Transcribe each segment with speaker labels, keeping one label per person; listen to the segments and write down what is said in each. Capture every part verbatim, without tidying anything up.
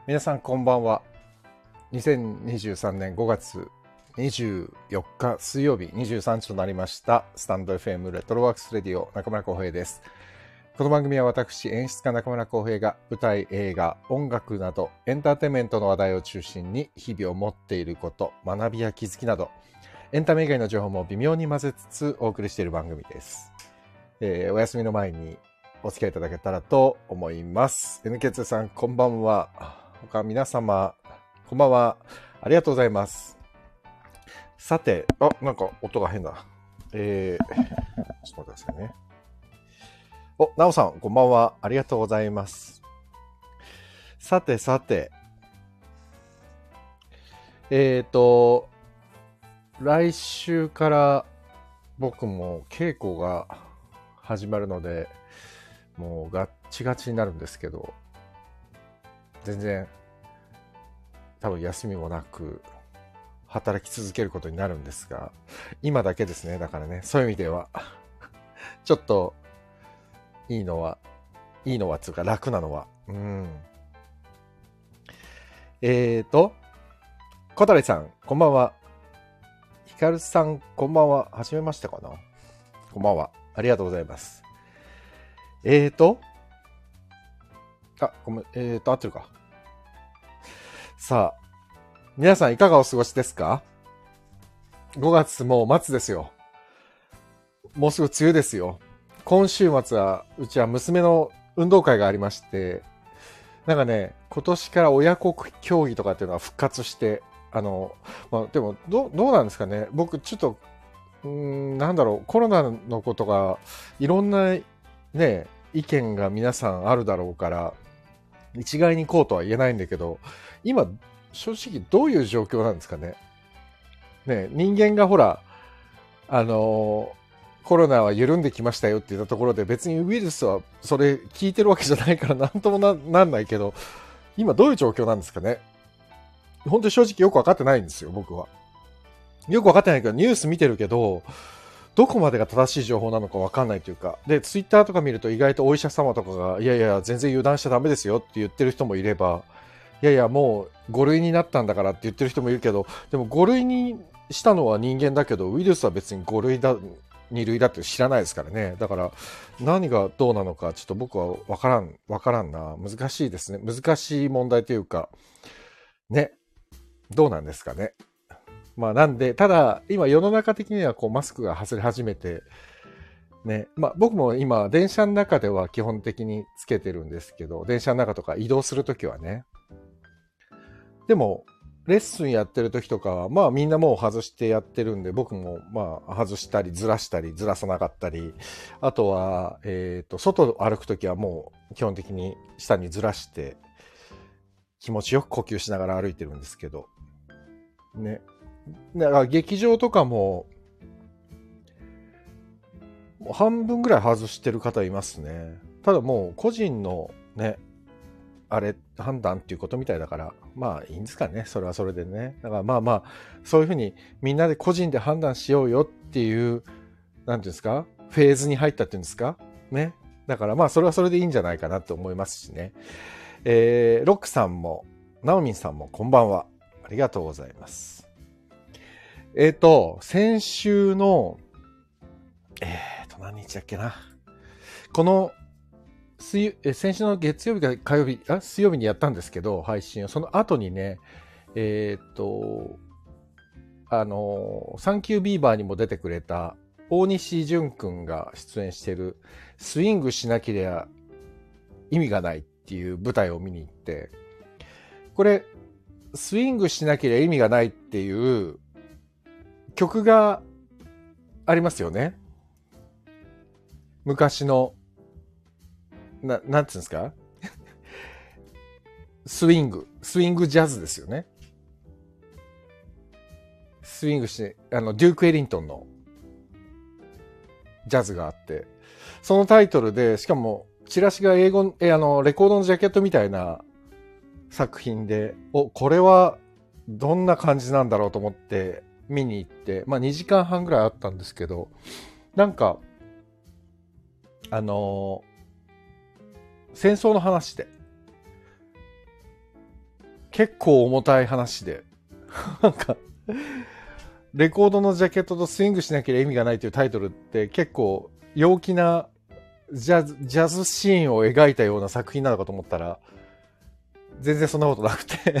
Speaker 1: 皆さんこんばんは。にせんにじゅうさんねんごがつにじゅうよっか水曜日にじゅうさんじとなりましたスタンド エフエム レトロワークスレディオ中村浩平です。この番組は私演出家中村浩平が舞台、映画、音楽などエンターテインメントの話題を中心に日々を持っていること、学びや気づきなどエンタメ以外の情報も微妙に混ぜつつお送りしている番組です。えー、お休みの前にお付き合いいただけたらと思います。 エヌケーツー さんこんばんは。他皆様こんばんは、ありがとうございます。さて、あ、なんか音が変だ。えー、ちょっと待ってくださいね。お、なおさんこんばんは、ありがとうございます。さてさて、えーと来週から僕も稽古が始まるので、もうガッチガチになるんですけど、全然多分休みもなく働き続けることになるんですが、今だけですね。だからね、そういう意味ではちょっといいのはいいのはつうか楽なのは、うんえーと小谷さんこんばんは。ひかるさんこんばんは。はじめましてかな。こんばんは、ありがとうございます。えーとあ、ごめん、えーと合ってるか。さあ皆さんいかがお過ごしですか。ごがつもう末ですよ。もうすぐ梅雨ですよ。今週末はうちは娘の運動会がありまして、なんかね、今年から親子競技とかっていうのが復活して、あの、まあ、でもどどうなんですかね。僕ちょっとうーんなんだろう、コロナのことがいろんなね意見が皆さんあるだろうから一概にこうとは言えないんだけど、今正直どういう状況なんですかね。ね、人間がほら、あのー、コロナは緩んできましたよって言ったところで、別にウイルスはそれ聞いてるわけじゃないからなんとも な, なんないけど、今どういう状況なんですかね。本当に正直よく分かってないんですよ、僕は。よく分かってないけど、ニュース見てるけど、どこまでが正しい情報なのか分かんないというか、で、ツイッターとか見ると意外とお医者様とかが、いやいや、全然油断しちゃダメですよって言ってる人もいれば、いやいや、もうご類になったんだからって言ってる人もいるけど、でもご類にしたのは人間だけど、ウイルスは別にご類だ、に類だって知らないですからね。だから何がどうなのかちょっと僕は分からん、分からんな。難しいですね。難しい問題というか、ね、どうなんですかね。まあなんで、ただ今世の中的にはこうマスクが外れ始めて、ね、まあ僕も今電車の中では基本的につけてるんですけど、電車の中とか移動するときはね。でもレッスンやってる時とかはまあみんなもう外してやってるんで、僕もまあ外したりずらしたりずらさなかったり、あとはえっと外歩く時はもう基本的に下にずらして気持ちよく呼吸しながら歩いてるんですけどね。だから劇場とかももう半分ぐらい外してる方いますね。ただもう個人のねあれ判断っていうことみたいだから、まあいいんですかね、それはそれでね。だからまあまあそういうふうにみんなで個人で判断しようよっていう、なんていうんですか、フェーズに入ったっていうんですかね。だからまあそれはそれでいいんじゃないかなと思いますしね。えー、ロックさんもナオミンさんもこんばんは、ありがとうございます。えっと先週のえっと何日だっけな、この水え先週の月曜日か火曜日、あ水曜日にやったんですけど、配信をその後にね、えーっとあのサンキュービーバーにも出てくれた大西淳くんが出演しているスイングしなければ意味がないっていう舞台を見に行って、これスイングしなければ意味がないっていう曲がありますよね。昔のな、なんつうんですかスイング、スイングジャズですよね。スイングして、あの、デューク・エリントンのジャズがあって、そのタイトルで、しかも、チラシが英語、え、あの、レコードのジャケットみたいな作品で、お、これはどんな感じなんだろうと思って見に行って、まあにじかんはんぐらいあったんですけど、なんか、あのー戦争の話で、 結構重たい話で。なんか、レコードのジャケットとスイングしなければ意味がないというタイトルって結構陽気なジャズ、ジャズシーンを描いたような作品なのかと思ったら、全然そんなことなくて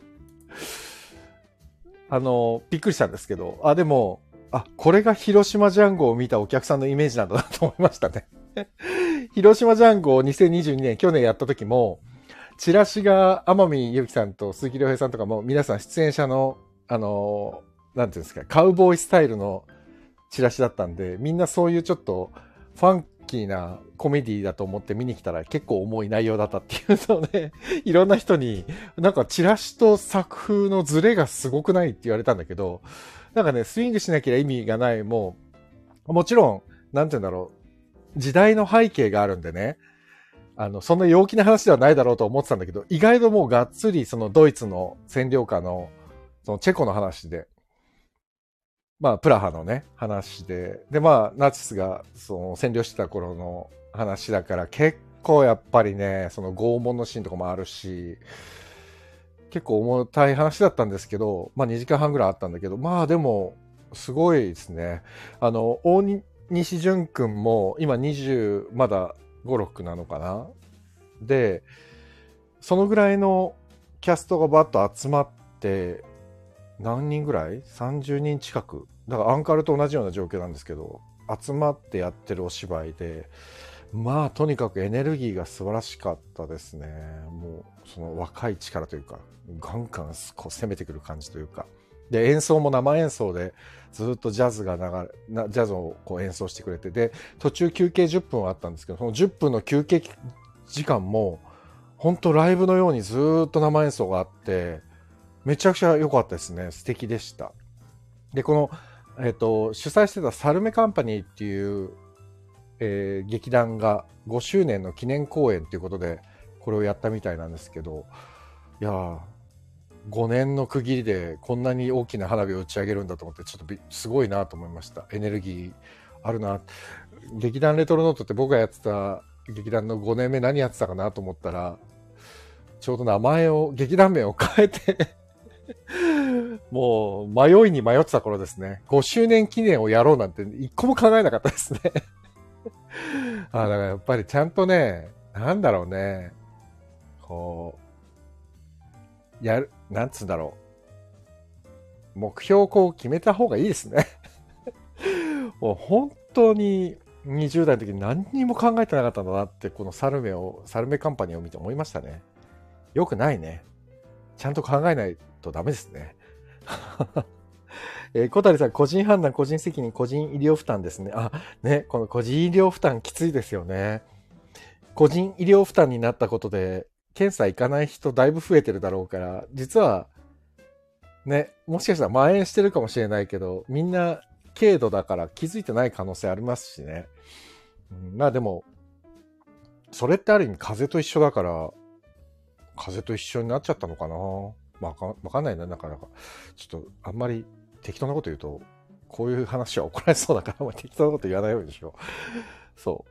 Speaker 1: あの、びっくりしたんですけど、あ、でも、あ、これが広島ジャンゴを見たお客さんのイメージなんだなと思いましたね広島ジャンゴをにせんにじゅうにねん、去年やった時も、チラシが天海祐希さんと鈴木亮平さんとかも皆さん出演者の、あの、なんていうんですか、カウボーイスタイルのチラシだったんで、みんなそういうちょっとファンキーなコメディだと思って見に来たら結構重い内容だったっていうので、いろんな人になんかチラシと作風のズレがすごくないって言われたんだけど、なんかね、スイングしなきゃ意味がないも、もちろん、なんていうんだろう、時代の背景があるんでね、あの、そんな陽気な話ではないだろうと思ってたんだけど、意外ともうがっつりそのドイツの占領下の、そのチェコの話で、まあ、プラハのね、話で、で、まあ、ナチスがその占領してた頃の話だから、結構やっぱりね、その拷問のシーンとかもあるし、結構重たい話だったんですけど、まあにじかんはんぐらいあったんだけど、まあでも、すごいですね。あの、大西淳くんも今にじゅう、まだご、ろくなのかなで、そのぐらいのキャストがバッと集まって、何人ぐらい ?さんじゅう 人近く。だからアンカルと同じような状況なんですけど、集まってやってるお芝居で、まあとにかくエネルギーが素晴らしかったですね。もうその若い力というか、ガンガンこう攻めてくる感じというか。で、演奏も生演奏でずっとジャズが流れ、なジャズをこう演奏してくれて、で、途中休憩じゅっぷんはあったんですけど、そのじゅっぷんの休憩時間も、本当ライブのようにずっと生演奏があって、めちゃくちゃ良かったですね。素敵でした。で、この、えっと、主催してたサルメカンパニーっていう、えー劇団がごしゅうねんの記念公演ということで、これをやったみたいなんですけど、いやー、ごねんの区切りでこんなに大きな花火を打ち上げるんだと思って、ちょっとびすごいなと思いました。エネルギーあるな。劇団レトロノートって僕がやってた劇団のごねんめ何やってたかなと思ったら、ちょうど名前を、劇団名を変えてもう迷いに迷ってた頃ですね。ごしゅうねん記念をやろうなんて一個も考えなかったですねあ、だからやっぱりちゃんとね、なんだろうね、こう、やる、なんつうんだろう。目標をこう決めた方がいいですねもう本当ににじゅう代の時に何にも考えてなかったんだなって、このサルメを、サルメカンパニーを見て思いましたね。よくないね。ちゃんと考えないとダメですね。えー、小谷さん、個人判断、個人責任、個人医療負担ですね。あ、ね、この個人医療負担きついですよね。個人医療負担になったことで、検査行かない人だいぶ増えてるだろうから、実は、ね、もしかしたら蔓延してるかもしれないけど、みんな軽度だから気づいてない可能性ありますしね。うん、まあでも、それってある意味風邪と一緒だから、風邪と一緒になっちゃったのかな。わか、わかんないな、なかなか。ちょっと、あんまり適当なこと言うと、こういう話は怒られそうだから、適当なこと言わないようにしよう。そう。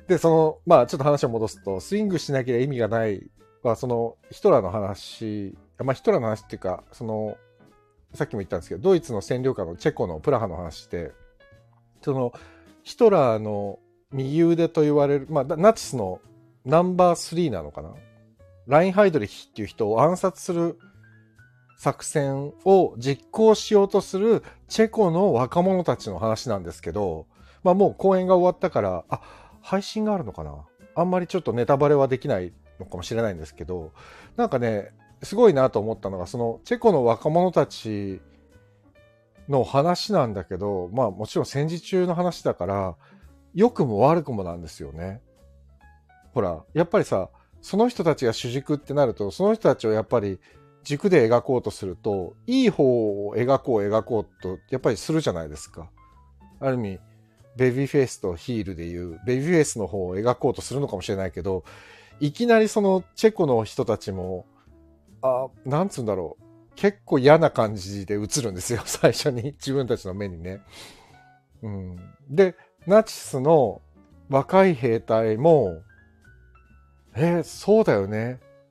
Speaker 1: で、その、まあ、ちょっと話を戻すと、スイングしなきゃ意味がないは、その、ヒトラーの話、まあ、ヒトラーの話っていうか、その、さっきも言ったんですけど、ドイツの占領下のチェコのプラハの話で、その、ヒトラーの右腕と言われる、まあ、ナチスのナンバースリーなのかな、ラインハイドリヒっていう人を暗殺する作戦を実行しようとするチェコの若者たちの話なんですけど、まあもう公演が終わったから、あ、配信があるのかな、あんまりちょっとネタバレはできないのかもしれないんですけど、なんかね、すごいなと思ったのが、そのチェコの若者たちの話なんだけど、まあもちろん戦時中の話だから、良くも悪くもなんですよね。ほら、やっぱりさ、その人たちが主軸ってなると、その人たちをやっぱり軸で描こうとすると、いい方を描こう描こうと、やっぱりするじゃないですか。ある意味、ベビーフェイスとヒールでいう、ベビーフェイスの方を描こうとするのかもしれないけど、いきなりそのチェコの人たちも、あ、なんつうんだろう。結構嫌な感じで映るんですよ、最初に。自分たちの目にね。うん。で、ナチスの若い兵隊も、えー、そうだよね。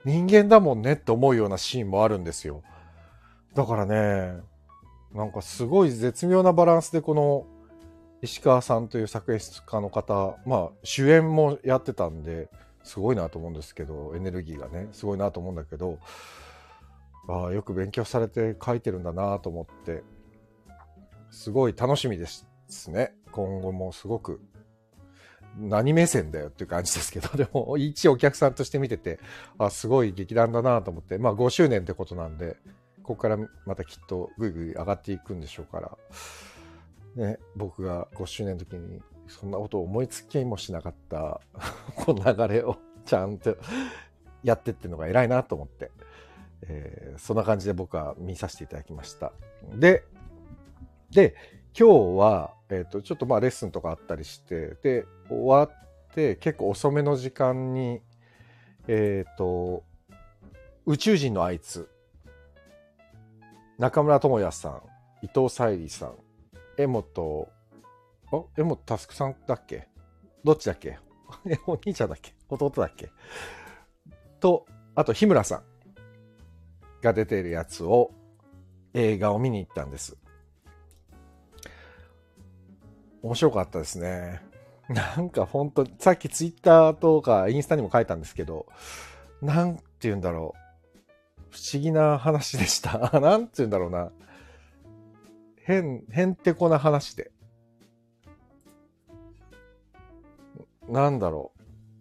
Speaker 1: 人間だもんねって思うようなシーンもあるんですよ。だからね、なんかすごい絶妙なバランスでこの石川さんという作演出家の方、まあ主演もやってたんですごいなと思うんですけど、エネルギーがね、すごいなと思うんだけど、ああ、よく勉強されて書いてるんだなと思って、すごい楽しみですね。今後もすごく。何目線だよっていう感じですけど、でも一お客さんとして見てて、あ、すごい劇団だなと思って、まあごしゅうねんってことなんで、ここからまたきっとぐいぐい上がっていくんでしょうから、ね、僕がごしゅうねんの時にそんなことを思いつきもしなかったこの流れをちゃんとやってっていうのが偉いなと思って、えー、そんな感じで僕は見させていただきました。で、で、今日は、えっと、ちょっとまあレッスンとかあったりして、で、終わって結構遅めの時間に、えっと、宇宙人のあいつ、中村智也さん、伊藤沙莉さん、江本、あ、江本佑さんだっけ？どっちだっけ？お兄ちゃんだっけ？弟だっけ？と、あと日村さんが出ているやつを、映画を見に行ったんです。面白かったですね。なんかほんと、さっきツイッターとかインスタにも書いたんですけど、なんて言うんだろう。不思議な話でした。なんて言うんだろうな。変、へんてこな話で。なんだろ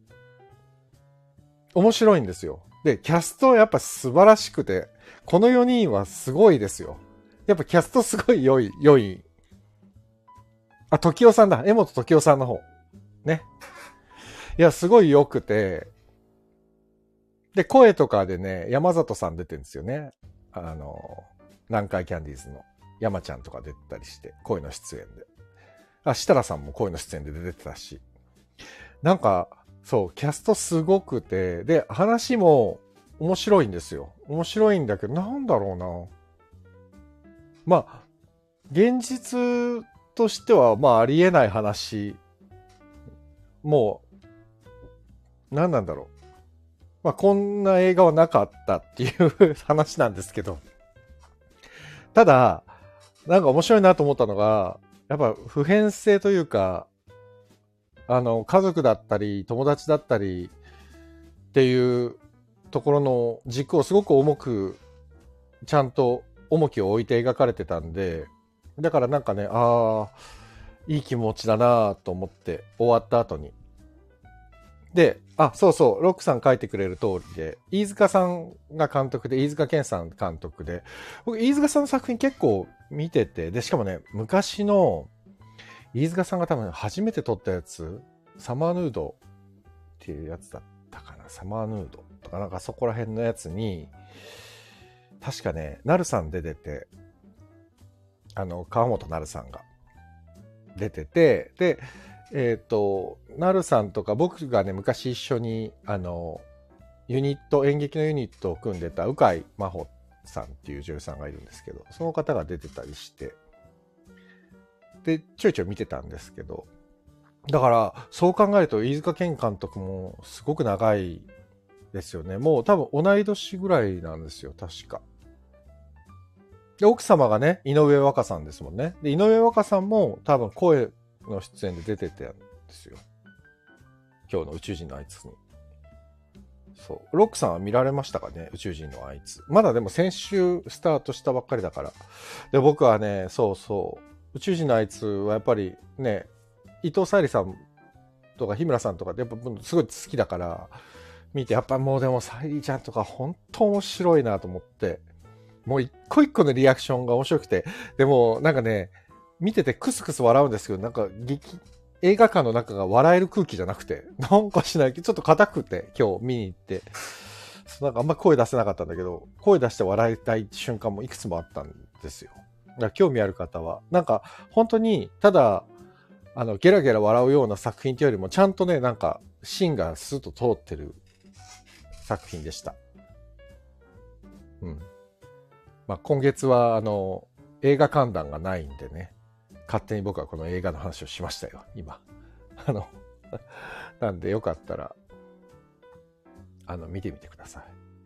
Speaker 1: う。面白いんですよ。で、キャストはやっぱ素晴らしくて、このよにんはすごいですよ。やっぱキャストすごい良い、良い。あ、時代さんだ。江本時代さんの方。ね。いや、すごい良くて、で、声とかでね、山里さん出てるんですよね。あの、南海キャンディーズの山ちゃんとか出てたりして、声の出演で。あ、設楽さんも声の出演で出てたし。なんか、そう、キャストすごくて、で、話も面白いんですよ。面白いんだけど、なんだろうな。まあ、現実としては、まあ、ありえない話。もう、何なんだろう。まあ、こんな映画はなかったっていう話なんですけど。ただ、なんか面白いなと思ったのが、やっぱ普遍性というか、あの、家族だったり、友達だったりっていうところの軸をすごく重く、ちゃんと重きを置いて描かれてたんで、だからなんかね、ああ、いい気持ちだなと思って終わった後に。で、あ、そうそう、ロックさん書いてくれる通りで、飯塚さんが監督で、飯塚健さん監督で、僕、飯塚さんの作品結構見てて、で、しかもね、昔の、飯塚さんが多分初めて撮ったやつ、サマーヌードっていうやつだったかな、サマーヌードとかなんかそこら辺のやつに、確かね、なるさん出てて、あの、川本なるさんが出てて、で、えっと、なるさんとか僕がね、昔一緒に、あの、ユニット、演劇のユニットを組んでた鵜飼真帆さんっていう女優さんがいるんですけど、その方が出てたりして、で、ちょいちょい見てたんですけど、だから、そう考えると、飯塚健監督もすごく長いですよね。もう多分同い年ぐらいなんですよ、確か。で、奥様がね、井上和歌さんですもんね。で、井上和歌さんも多分声の出演で出てたんですよ。今日の宇宙人のあいつに。そう。ロックさんは見られましたかね、宇宙人のあいつ。まだでも先週スタートしたばっかりだから。で、僕はね、そうそう。宇宙人のあいつはやっぱりね、伊藤沙莉さんとか日村さんとかやっぱすごい好きだから、見て、やっぱもうでも沙莉ちゃんとか本当面白いなと思って、もう一個一個のリアクションが面白くて、でもなんかね、見ててクスクス笑うんですけど、なんか劇、映画館の中が笑える空気じゃなくて、なんかしないけど、ちょっと硬くて、今日見に行って、なんかあんま声出せなかったんだけど、声出して笑いたい瞬間もいくつもあったんですよ。だから興味ある方は、なんか本当に、ただ、あの、ゲラゲラ笑うような作品というよりも、ちゃんとね、なんか、芯がスッと通ってる作品でした。うん。まあ、今月は、あの、映画観覧がないんでね、勝手に僕はこの映画の話をしましたよ、今。あの、なんでよかったら、あの、見てみてください。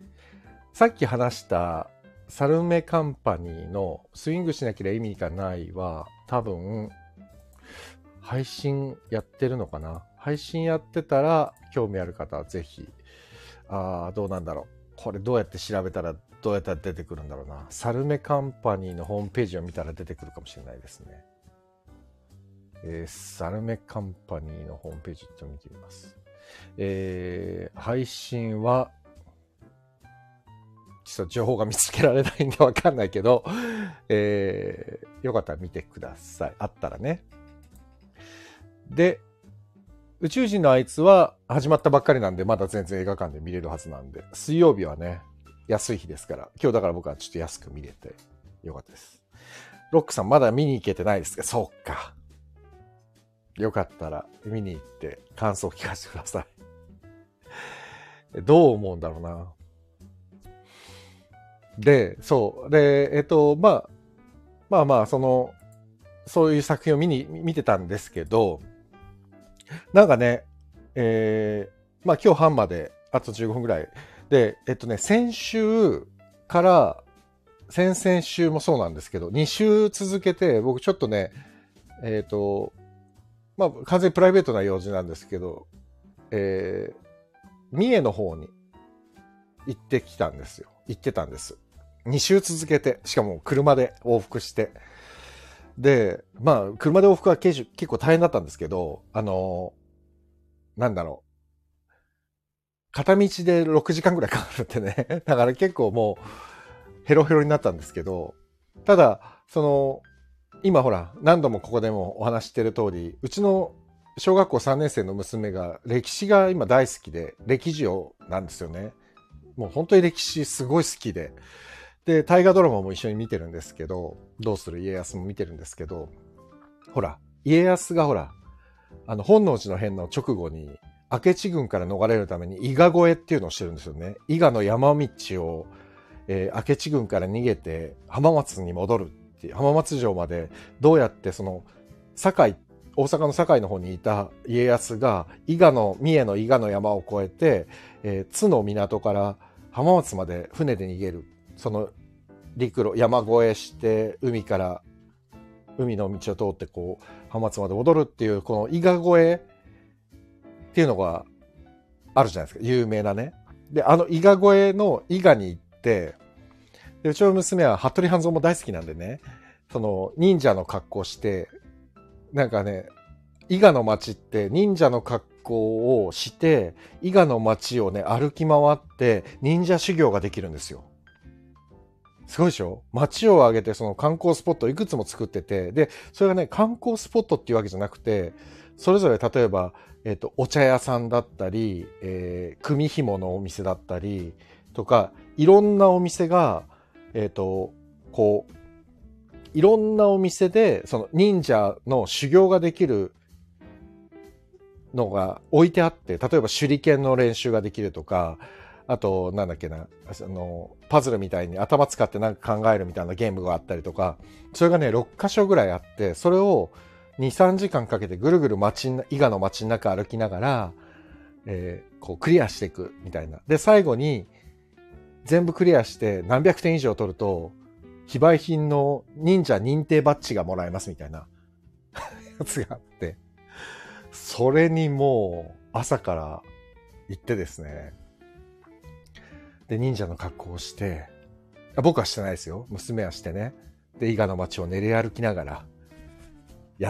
Speaker 1: さっき話したサルメカンパニーのスイングしなければ意味がないは多分配信やってるのかな。配信やってたら興味ある方はぜひ。あー、どうなんだろう。これどうやって調べたらどうやったら出てくるんだろうな。サルメカンパニーのホームページを見たら出てくるかもしれないですね。えー、サルメカンパニーのホームページちょっと見てみます。えー、配信はちょっと情報が見つけられないんでわかんないけど、えー、よかったら見てください。あったらね。で、宇宙人のあいつは始まったばっかりなんで、まだ全然映画館で見れるはずなんで、水曜日はね、安い日ですから、今日だから僕はちょっと安く見れてよかったです。ロックさんまだ見に行けてないですか？そうか。よかったら見に行って感想を聞かせてください。どう思うんだろうな。で、そう。で、えっと、まあ、まあまあ、その、そういう作品を見に、見てたんですけど、なんかね、えー、まあ今日半まで、あとじゅうごふんぐらい。で、えっとね、先週から、先々週もそうなんですけど、に週続けて、僕ちょっとね、えっと、まあ完全にプライベートな用事なんですけど、えー、三重の方に行ってきたんですよ。行ってたんです。に週続けて、しかも車で往復して。で、まあ、車で往復は結構大変だったんですけど、あの、なんだろう。片道でろくじかんぐらいかかるってね。だから結構もう、ヘロヘロになったんですけど、ただ、その、今ほら、何度もここでもお話してる通り、うちの小学校さんねん生の娘が歴史が今大好きで、歴史上なんですよね。もう本当に歴史すごい好きで。で、大河ドラマも一緒に見てるんですけど、どうする家康も見てるんですけど、ほら、家康がほら、あの、本能寺の変の直後に、明智軍から逃れるために伊賀越えっていうのをしてるんですよね。伊賀の山道を、えー、明智軍から逃げて浜松に戻るっていう、浜松城までどうやってその、堺、大阪の堺の方にいた家康が、伊賀の、三重の伊賀の山を越えて、えー、津の港から浜松まで船で逃げる。その陸路、山越えして海から海の道を通ってこう浜松まで戻るっていうこの伊賀越えっていうのがあるじゃないですか、有名なね。で、あの伊賀越えの伊賀に行って、でうちの娘は服部半蔵も大好きなんでね、その忍者の格好してなんかね、伊賀の町って忍者の格好をして伊賀の町をね歩き回って忍者修行ができるんですよ。すごいでしょ？街を挙げてその観光スポットをいくつも作ってて、で、それがね、観光スポットっていうわけじゃなくて、それぞれ例えば、えっと、お茶屋さんだったり、えー、組紐のお店だったり、とか、いろんなお店が、えっと、こう、いろんなお店で、その忍者の修行ができるのが置いてあって、例えば手裏剣の練習ができるとか、あと、なんだっけな、あの、パズルみたいに頭使ってなんか考えるみたいなゲームがあったりとか、それがね、ろっかしょぐらいあって、それをに、さんじかんかけてぐるぐる街、伊賀の街の中歩きながら、えー、こうクリアしていくみたいな。で、最後に全部クリアして何百点以上取ると、非売品の忍者認定バッジがもらえますみたいなやつがあって、それにもう朝から行ってですね、で、忍者の格好をして、僕はしてないですよ。娘はしてね。で、伊賀の街を練り歩きながら、やって。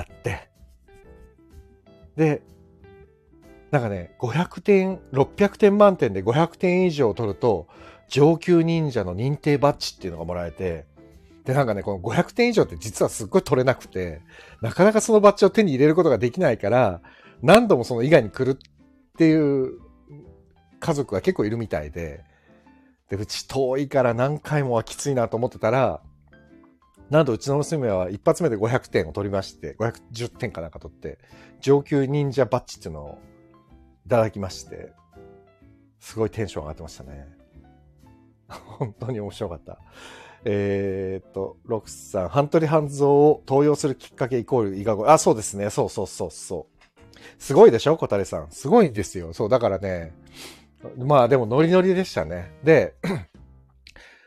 Speaker 1: で、なんかね、ごひゃくてん、ろっぴゃくてん満点でごひゃくてん以上取ると、上級忍者の認定バッジっていうのがもらえて、で、なんかね、このごひゃくてん以上って実はすっごい取れなくて、なかなかそのバッジを手に入れることができないから、何度もその伊賀に来るっていう家族が結構いるみたいで、で、うち遠いから何回もはきついなと思ってたら、なんとうちの娘は一発目でごひゃくてんを取りまして、ごひゃくじゅってんかなんか取って、上級忍者バッジっていうのをいただきまして、すごいテンション上がってましたね。本当に面白かった。えー、っと、ロクさん、ハントリハンゾーを登用するきっかけイコール伊賀越え。あ、そうですね。そうそうそうそう。すごいでしょ、小谷さん。すごいんですよ。そう、だからね、まあでもノリノリでしたね。で、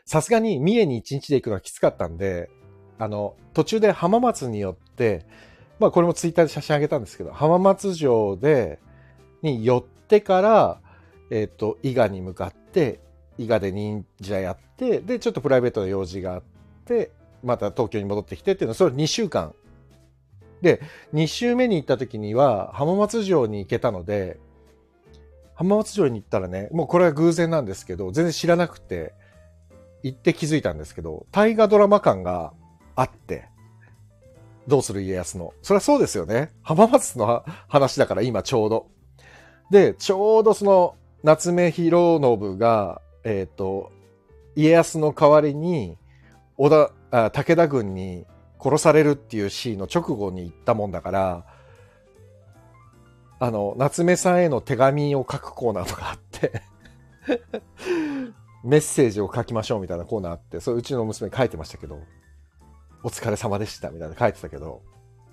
Speaker 1: さすがに三重に一日で行くのはきつかったんで、あの、途中で浜松によって、まあこれもツイッターで写真あげたんですけど、浜松城で、に寄ってから、えっと、伊賀に向かって、伊賀で忍者やって、で、ちょっとプライベートの用事があって、また東京に戻ってきてっていうのは、それにしゅうかん。で、に週目に行った時には、浜松城に行けたので、浜松城に行ったらね、もうこれは偶然なんですけど、全然知らなくて、行って気づいたんですけど、大河ドラマ館があって、どうする家康の。そりゃそうですよね。浜松の話だから今ちょうど。で、ちょうどその、夏目広信が、えっと、家康の代わりに、織田、あ、武田軍に殺されるっていうシーンの直後に行ったもんだから、あの、夏目さんへの手紙を書くコーナーとかあって、メッセージを書きましょうみたいなコーナーあって、それうちの娘書いてましたけど、お疲れ様でしたみたいな書いてたけど、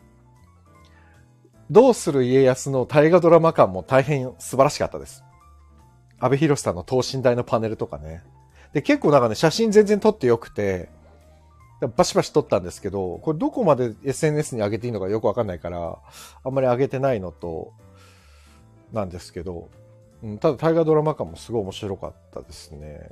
Speaker 1: どうする家康の大河ドラマ館も大変素晴らしかったです。安倍博さんの等身大のパネルとかね。で、結構なんかね、写真全然撮ってよくて、バシバシ撮ったんですけど、これどこまで エスエヌエス に上げていいのかよくわかんないから、あんまり上げてないのと、なんですけど、うん、ただ大河ドラマ館もすごい面白かったですね。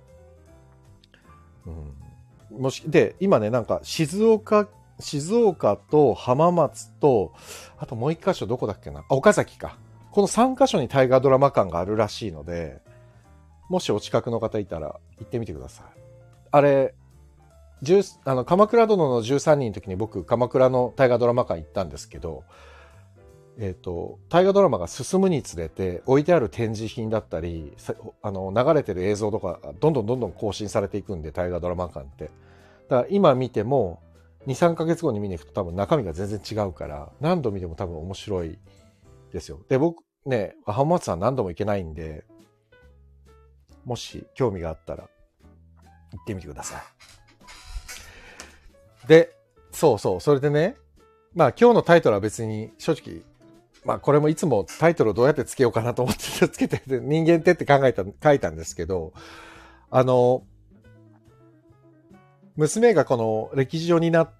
Speaker 1: うん、もしで今ね、なんか静岡静岡と浜松と、あともう一箇所どこだっけな、あ、岡崎か。このさん箇所に大河ドラマ館があるらしいので、もしお近くの方いたら行ってみてください。あれ、あの鎌倉殿のじゅうさんにんの時に僕鎌倉の大河ドラマ館行ったんですけど、えっと、大河ドラマが進むにつれて置いてある展示品だったり、あの流れてる映像とかどんどんどんどん更新されていくんで、大河ドラマ館って。だから今見てもに、さんかげつごに見に行くと多分中身が全然違うから、何度見ても多分面白いですよ。で、僕ね、浜松さん何度も行けないんで、もし興味があったら行ってみてください。で、そうそう、それでね、まあ今日のタイトルは別に正直、まあこれもいつもタイトルをどうやってつけようかなと思ってつけて、人間ってって考えた、書いたんですけど、あの、娘がこの歴史上になって、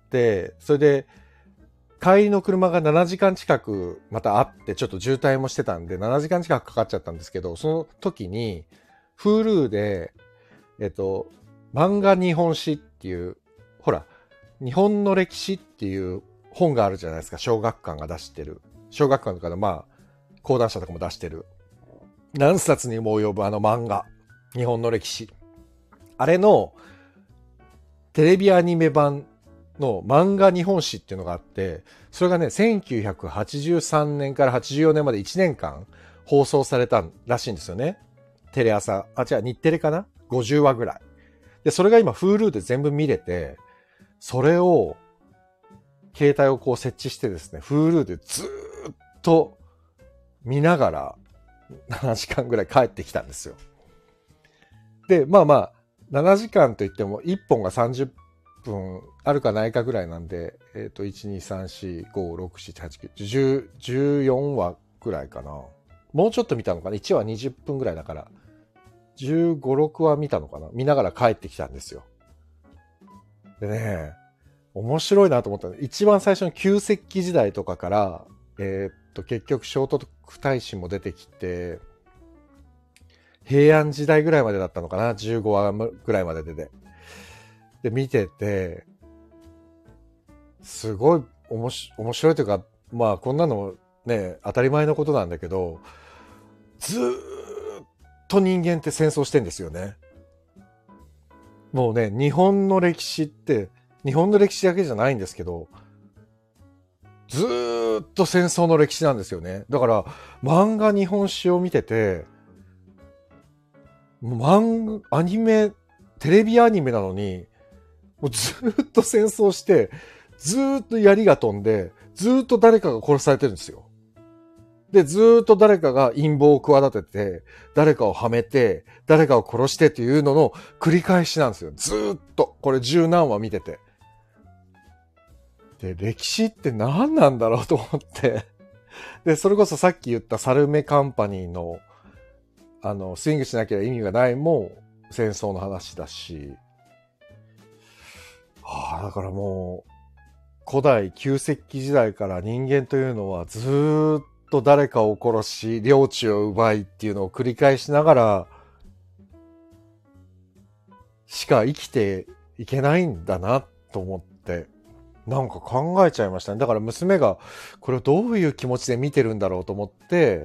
Speaker 1: それで帰りの車がななじかん近くまたあって、ちょっと渋滞もしてたんでななじかん近くかかっちゃったんですけど、その時に Hulu で、えっと、漫画日本史っていう、ほら、日本の歴史っていう本があるじゃないですか、小学館が出してる。小学館とかのまあ、講談社とかも出してる。何冊にも及ぶあの漫画。日本の歴史。あれの、テレビアニメ版の漫画日本史っていうのがあって、それがね、せんきゅうひゃくはちじゅうさんねんからはちじゅうよねんまでいちねんかん放送されたらしいんですよね。テレ朝、あ、違う、日テレかな ?ごじゅう 話ぐらい。で、それが今 Hulu で全部見れて、それを、携帯をこう設置してですね、Hulu でずーっと見ながらななじかんぐらい帰ってきたんですよ。で、まあまあ、ななじかんといってもいっぽんがさんじゅっぷんあるかないかぐらいなんで、えっと、いち、に、さん、よん、ご、ろく、なな、はち、きゅう、じゅう、じゅうよんわぐらいかな。もうちょっと見たのかな ?いち 話にじゅっぷんぐらいだから、じゅうご、ろくわ見たのかな見ながら帰ってきたんですよ。でね、面白いなと思ったの。一番最初の旧石器時代とかから、えー、っと、結局聖徳太子も出てきて、平安時代ぐらいまでだったのかな ?じゅうご 話ぐらいまで出て。で、見てて、すごい面白いというか、まあこんなのね、当たり前のことなんだけど、ずーっと人間って戦争してんですよね。もうね、日本の歴史って、日本の歴史だけじゃないんですけど、ずーっと戦争の歴史なんですよね。だから漫画日本史を見てて、漫画、アニメ、テレビアニメなのに、もうずーっと戦争して、ずーっと槍が飛んで、ずーっと誰かが殺されてるんですよ。で、ずーっと誰かが陰謀を企てて、誰かをはめて、誰かを殺してっていうのの繰り返しなんですよ。ずーっと。これ十何話見てて。で、歴史って何なんだろうと思って。で、それこそさっき言ったサルメカンパニーの、あの、スイングしなきゃ意味がないも戦争の話だし、 ああ、だからもう、古代旧石器時代から人間というのはずーっと誰かを殺し、領地を奪いっていうのを繰り返しながら、しか生きていけないんだなと思って、なんか考えちゃいましたね。だから娘がこれをどういう気持ちで見てるんだろうと思って、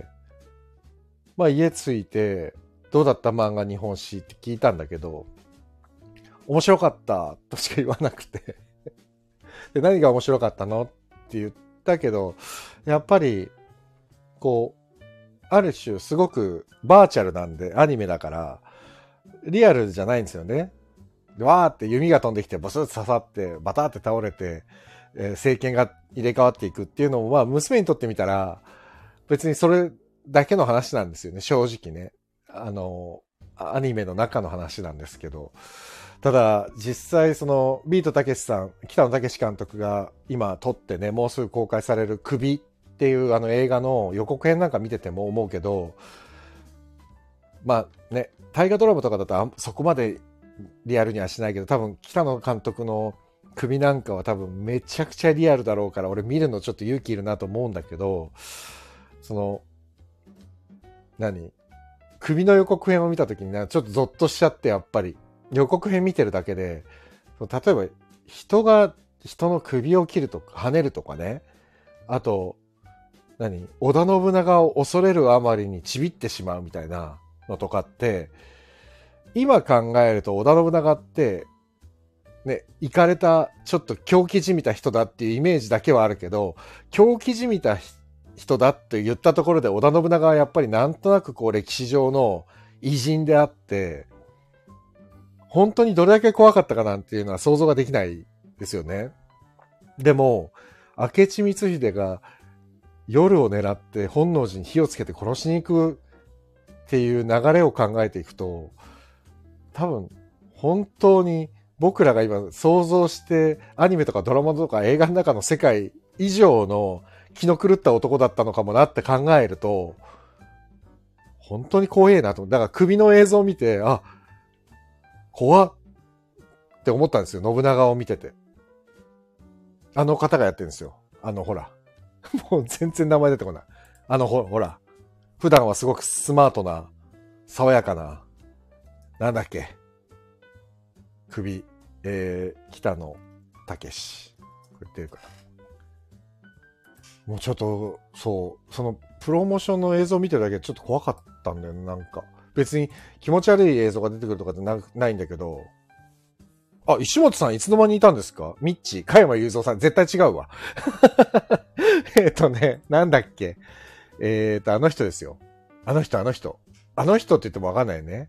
Speaker 1: まあ家着いて、どうだった漫画日本史って聞いたんだけど、面白かったとしか言わなくてで、何が面白かったのって言ったけど、やっぱり、こう、ある種すごくバーチャルなんで、アニメだから、リアルじゃないんですよね。でわーって弓が飛んできて、ボスッと刺さって、バターって倒れて、えー政権が入れ替わっていくっていうのも、まあ、娘にとってみたら、別にそれだけの話なんですよね、正直ね。あの、アニメの中の話なんですけど。ただ、実際その、ビートたけしさん、北野武監督が今撮ってね、もうすぐ公開される首っていうあの映画の予告編なんか見てても思うけど、まあね、大河ドラマとかだとあそこまでリアルにはしないけど、多分北野監督の首なんかは多分めちゃくちゃリアルだろうから、俺見るのちょっと勇気いるなと思うんだけど、その、何首の予告編を見た時にな、ちょっとゾッとしちゃって、やっぱり。予告編見てるだけで、例えば人が人の首を切るとか跳ねるとかね、あと何織田信長を恐れるあまりにちびってしまうみたいなのとかって、今考えると織田信長ってね、イかれたちょっと狂気じみた人だっていうイメージだけはあるけど、狂気じみた人だって言ったところで織田信長はやっぱりなんとなくこう歴史上の偉人であって、本当にどれだけ怖かったかなんていうのは想像ができないですよね。でも、明智光秀が夜を狙って本能寺に火をつけて殺しに行くっていう流れを考えていくと、多分、本当に僕らが今想像してアニメとかドラマとか映画の中の世界以上の気の狂った男だったのかもなって考えると、本当に怖えなと。だから首の映像を見て、あ、怖っって思ったんですよ。信長を見てて。あの方がやってるんですよ。あの、ほら。もう全然名前出てこない。あの、ほほら。普段はすごくスマートな、爽やかな、なんだっけ。首、えー、北野武。これ言ってるかな。もうちょっと、そう、その、プロモーションの映像を見てるだけでちょっと怖かったんだよね、なんか。別に気持ち悪い映像が出てくるとかってなないんだけど、あ、石本さんいつの間にいたんですか？ミッチー、加山雄三さん、絶対違うわ。えっとね、なんだっけ。えっと、あの人ですよ。あの人、あの人。あの人って言ってもわかんないよね。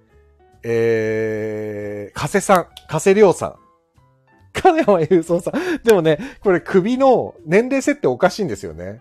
Speaker 1: えー、加瀬さん、加瀬亮さん。加山雄三さん。でもね、これ首の年齢設定おかしいんですよね。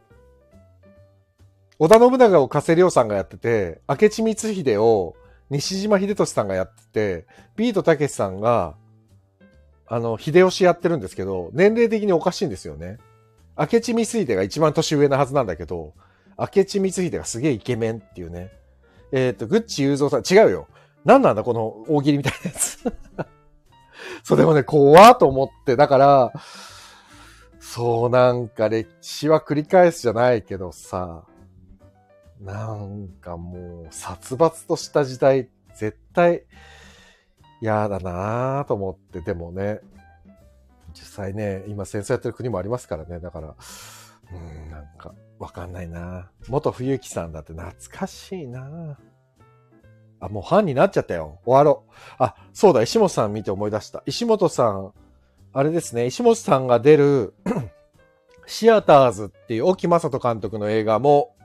Speaker 1: 織田信長を加瀬亮さんがやってて、明智光秀を西島秀俊さんがやってて、ビートたけしさんが、あの、秀吉やってるんですけど、年齢的におかしいんですよね。明智光秀が一番年上なはずなんだけど、明智光秀がすげえイケメンっていうね。えっと、グッチ雄三さん、違うよ。なんなんだこの大喜利みたいなやつ。そうでもね、怖ーと思って、だから、そうなんか歴史は繰り返すじゃないけどさ、なんかもう殺伐とした時代、絶対嫌だなぁと思って、でもね、実際ね、今戦争やってる国もありますからね、だから、うん、なんかわかんないなぁ。元冬木さんだって懐かしいなぁ。あ、もうファンになっちゃったよ。終わろう。あ、そうだ、石本さん見て思い出した。石本さん、あれですね、石本さんが出るシアターズっていう沖正人監督の映画も、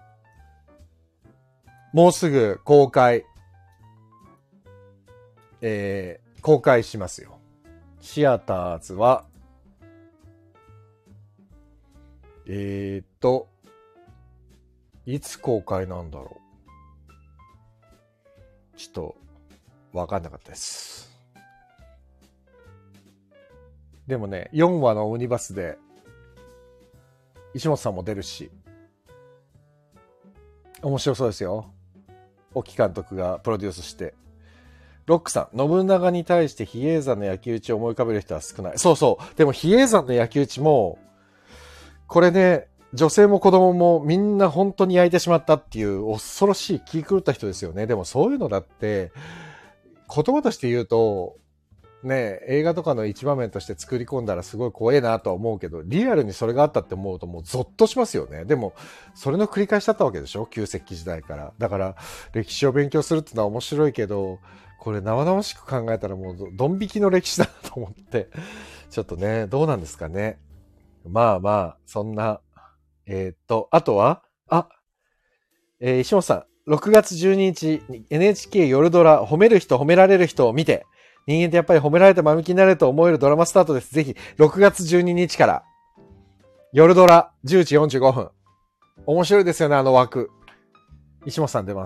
Speaker 1: もうすぐ公開、えー、公開しますよ。シアターズは、えーっと、いつ公開なんだろう。ちょっと、わかんなかったです。でもね、よんわのオムニバスで、石本さんも出るし、面白そうですよ。沖監督がプロデュースして。 ロックさん、信長に対して比叡山の焼き討ちを思い浮かべる人は少ない。そうそう。でも比叡山の焼き討ちも、これね、女性も子供もみんな本当に焼いてしまったっていう恐ろしい気狂った人ですよね。でもそういうのだって、言葉として言うと、ね、映画とかの一場面として作り込んだらすごい怖いなとは思うけど、リアルにそれがあったって思うともうゾッとしますよね。でも、それの繰り返しだったわけでしょ？旧石器時代から。だから、歴史を勉強するってのは面白いけど、これ生々しく考えたらもうドン引きの歴史だなと思って、ちょっとね、どうなんですかね。まあまあ、そんな、えー、っと、あとは、あ、えー、石本さん、ろくがつじゅうににち、エヌエイチケー 夜ドラ、褒める人、褒められる人を見て、人間ってやっぱり褒められて前向きになれると思えるドラマスタートです。ぜひ、ろくがつじゅうににちから、夜ドラ、じゅうじよんじゅうごふん。面白いですよね、あの枠。石本さん出ます。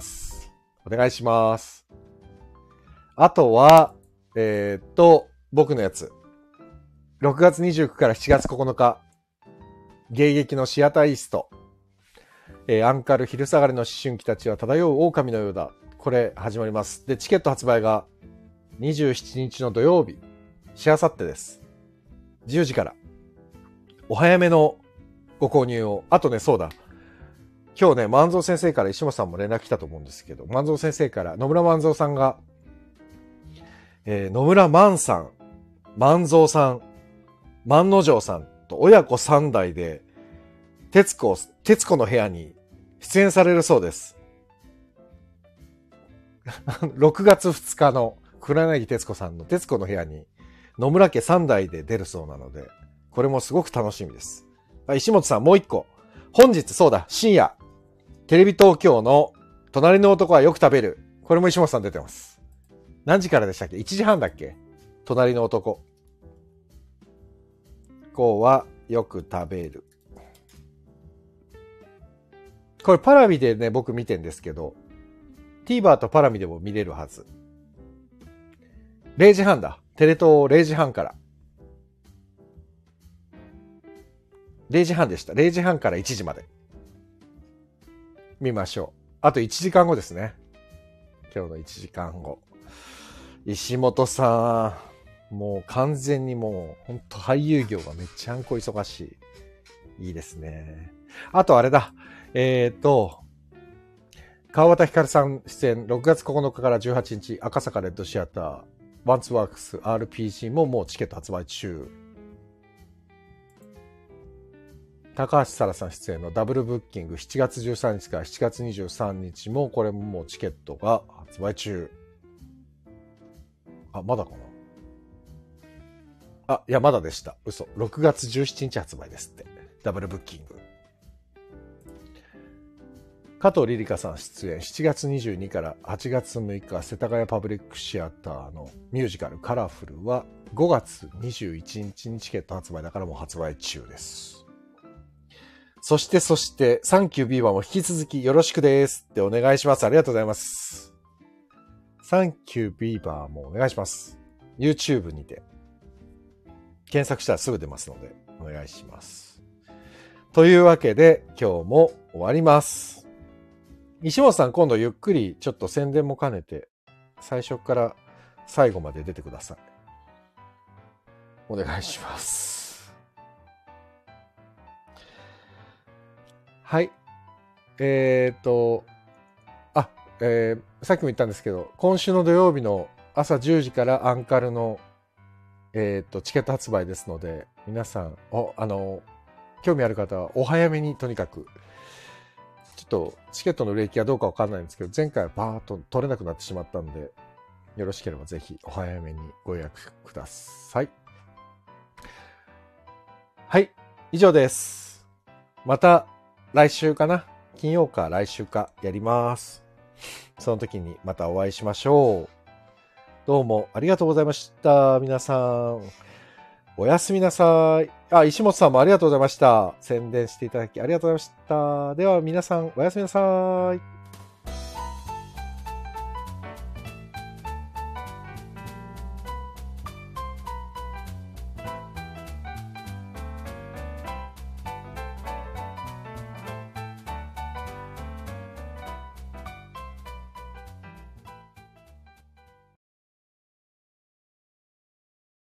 Speaker 1: お願いします。あとは、えー、っと、僕のやつ。ろくがつにじゅうくからしちがつここのか、迎撃のシアターイースト。えー、アンカル昼下がりの思春期たちは漂う狼のようだ。これ始まります。で、チケット発売がにじゅうしちにちの土曜日、しあさってです。じゅうじから。お早めのご購入を。あとね、そうだ。今日ね、万蔵先生から石本さんも連絡来たと思うんですけど、万蔵先生から野村万蔵さんが、えー、野村万さん、万蔵さん、万之丞さんと親子さん代で、徹子、徹子の部屋に出演されるそうです。ろくがつふつかの黒柳徹子さんの徹子の部屋に野村家さん代で出るそうなので、これもすごく楽しみです。石本さんもう一個。本日そうだ、深夜、テレビ東京の隣の男はよく食べる。これも石本さん出てます。何時からでしたっけ？ いち 時半だっけ？隣の男。こうはよく食べる。これパラビでね、僕見てんですけど、TVer とパラミでも見れるはず。れいじはんだ。テレ東れいじはんから。れいじはんでした。れいじはんからいちじまで。見ましょう。あといちじかんごですね。今日のいちじかんご。石本さん、もう完全にもう、ほんと俳優業がめっちゃんこ忙しい。いいですね。あとあれだ。えっと、川端光さん出演ろくがつここのかからじゅうはちにち赤坂レッドシアターワンツワークス アールピージー ももうチケット発売中。高橋沙羅さん出演のダブルブッキングしちがつじゅうさんにちからしちがつにじゅうさんにちもこれももうチケットが発売中。あ、まだかなあ、いやまだでした。嘘。ろくがつじゅうしちにち発売ですって。ダブルブッキング。加藤リリカさん出演しちがつにじゅうにからはちがつむいか世田谷パブリックシアターのミュージカルカラフルはごがつにじゅういちにちにチケット発売だからもう発売中です。そしてそしてサンキュービーバーも引き続きよろしくですってお願いします。ありがとうございます。サンキュービーバーもお願いします。YouTube にて検索したらすぐ出ますのでお願いします。というわけで今日も終わります。石本さん今度ゆっくりちょっと宣伝も兼ねて最初から最後まで出てください。お願いします。はい。えー、っと、あ、えー、さっきも言ったんですけど、今週の土曜日の朝じゅうじからアンカルの、えー、っと、チケット発売ですので、皆さん、お、あの、興味ある方はお早めにとにかく、ちょっとチケットの売れ行きはどうかわかんないんですけど、前回はバーッと取れなくなってしまったんで、よろしければぜひお早めにご予約ください。はい、以上です。また来週かな、金曜か来週かやります。その時にまたお会いしましょう。どうもありがとうございました。皆さん、おやすみなさい。あ、石本さんもありがとうございました。宣伝していただきありがとうございました。では皆さん、おやすみなさい。